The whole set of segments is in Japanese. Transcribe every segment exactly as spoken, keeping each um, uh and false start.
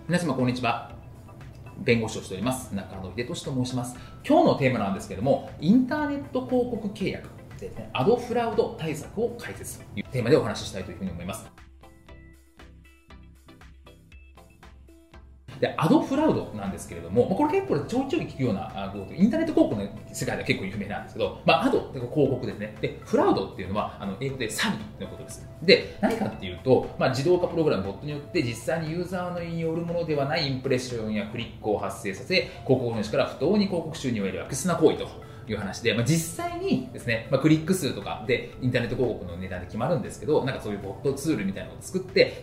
皆様こんにちは。弁護士をしております中野秀俊と申します。今日のテーマなんですけども、インターネット広告契約ですね、アドフラウド対策を解説というテーマでお話ししたいというふうに思います。で、アドフラウドなんですけれども、これ結構ちょいちょい聞くようなこと、インターネット広告の世界では結構有名なんですけど、まあ、アドって広告ですね。で、フラウドっていうのはあの英語で詐欺のことです。で、何かっていうと、まあ、自動化プログラム、ボットによって実際にユーザーの意によるものではないインプレッションやクリックを発生させ、広告主から不当に広告収入を得る悪質な行為という話で、まあ、実際にですね、まあ、クリック数とかでインターネット広告の値段で決まるんですけど、なんかそういうボットツールみたいなのを作って、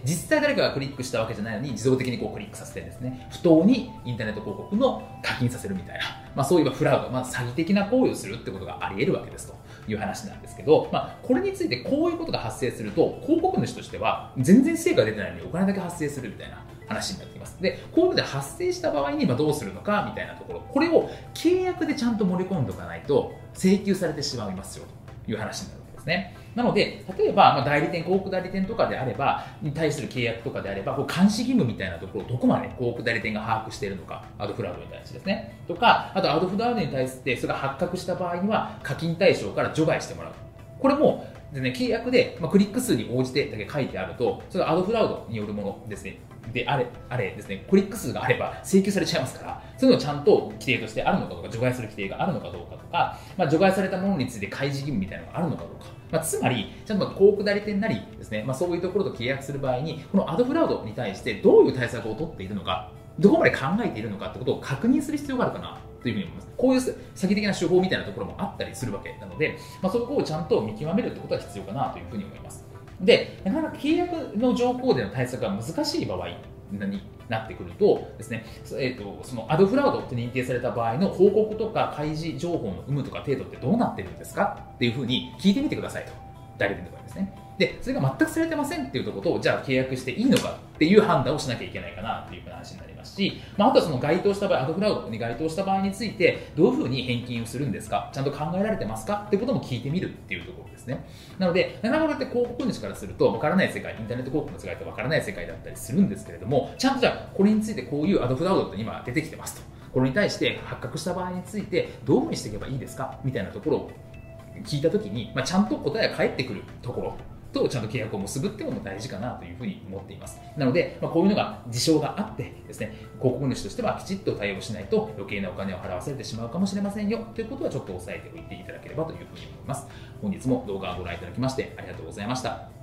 実際誰かがクリックしたわけじゃないのに自動的にこうクリックさせてですね、不当にインターネット広告の課金させるみたいな、まあ、そういうフラウド、まあ、詐欺的な行為をするってことがあり得るわけですという話なんですけど、まあ、これについてこういうことが発生すると、広告主としては全然成果が出てないのにお金だけ発生するみたいな話になっています。で、こういうので発生した場合にどうするのかみたいなところ、これを契約でちゃんと盛り込んでおかないと請求されてしまいますよという話になるわけですね。なので、例えば、まあ、代理店、広告代理店とかであれば、に対する契約とかであれば、こう監視義務みたいなところをどこまで広告代理店が把握しているのか、アドフラウドに対してですね。とか、あとアドフラウドに対して、それが発覚した場合には、課金対象から除外してもらう。これもで、ね、契約で、まあ、クリック数に応じてだけ書いてあると、それがアドフラウドによるものですね。であれあれですね、クリック数があれば請求されちゃいますから、そういうのをちゃんと規定としてあるのかとか、除外する規定があるのかどうかとか、まあ、除外されたものについて開示義務みたいなのがあるのかどうか、まあ、つまり、ちゃんと広告代理店なりですね、まあ、そういうところと契約する場合に、このアドフラウドに対してどういう対策を取っているのか、どこまで考えているのかってことを確認する必要があるかなというふうに思います。こういう詐欺的な手法みたいなところもあったりするわけなので、まあ、そこをちゃんと見極めるってことは必要かなというふうに思います。で、なかなか契約の条項での対策が難しい場合になってくるとですね、えーと、そのアドフラウドって認定された場合の報告とか開示情報の有無とか程度ってどうなってるんですかっていうふうに聞いてみてくださいと。代理店とかですね。で、それが全くされてませんっていうところと、じゃあ契約していいのかっていう判断をしなきゃいけないかなっていう話になりますし、まあ、あとはその該当した場合、アドフラウドに該当した場合について、どういうふうに返金をするんですか、ちゃんと考えられてますかっていうことも聞いてみるっていうところですね。なので、なかなかって広告主からすると、わからない世界、インターネット広告の世界ってわからない世界だったりするんですけれども、ちゃんとじゃあ、これについてこういうアドフラウドって今出てきてますと。これに対して発覚した場合について、どういうふうにしていけばいいですかみたいなところを聞いたときに、まあ、ちゃんと答えが返ってくるところとちゃんと契約を結ぶっていうのも大事かなというふうに思っています。なので、まあ、こういうのが事象があってですね、広告主としてはきちっと対応しないと余計なお金を払わされてしまうかもしれませんよということはちょっと押さえておいていただければというふうに思います。本日も動画をご覧いただきましてありがとうございました。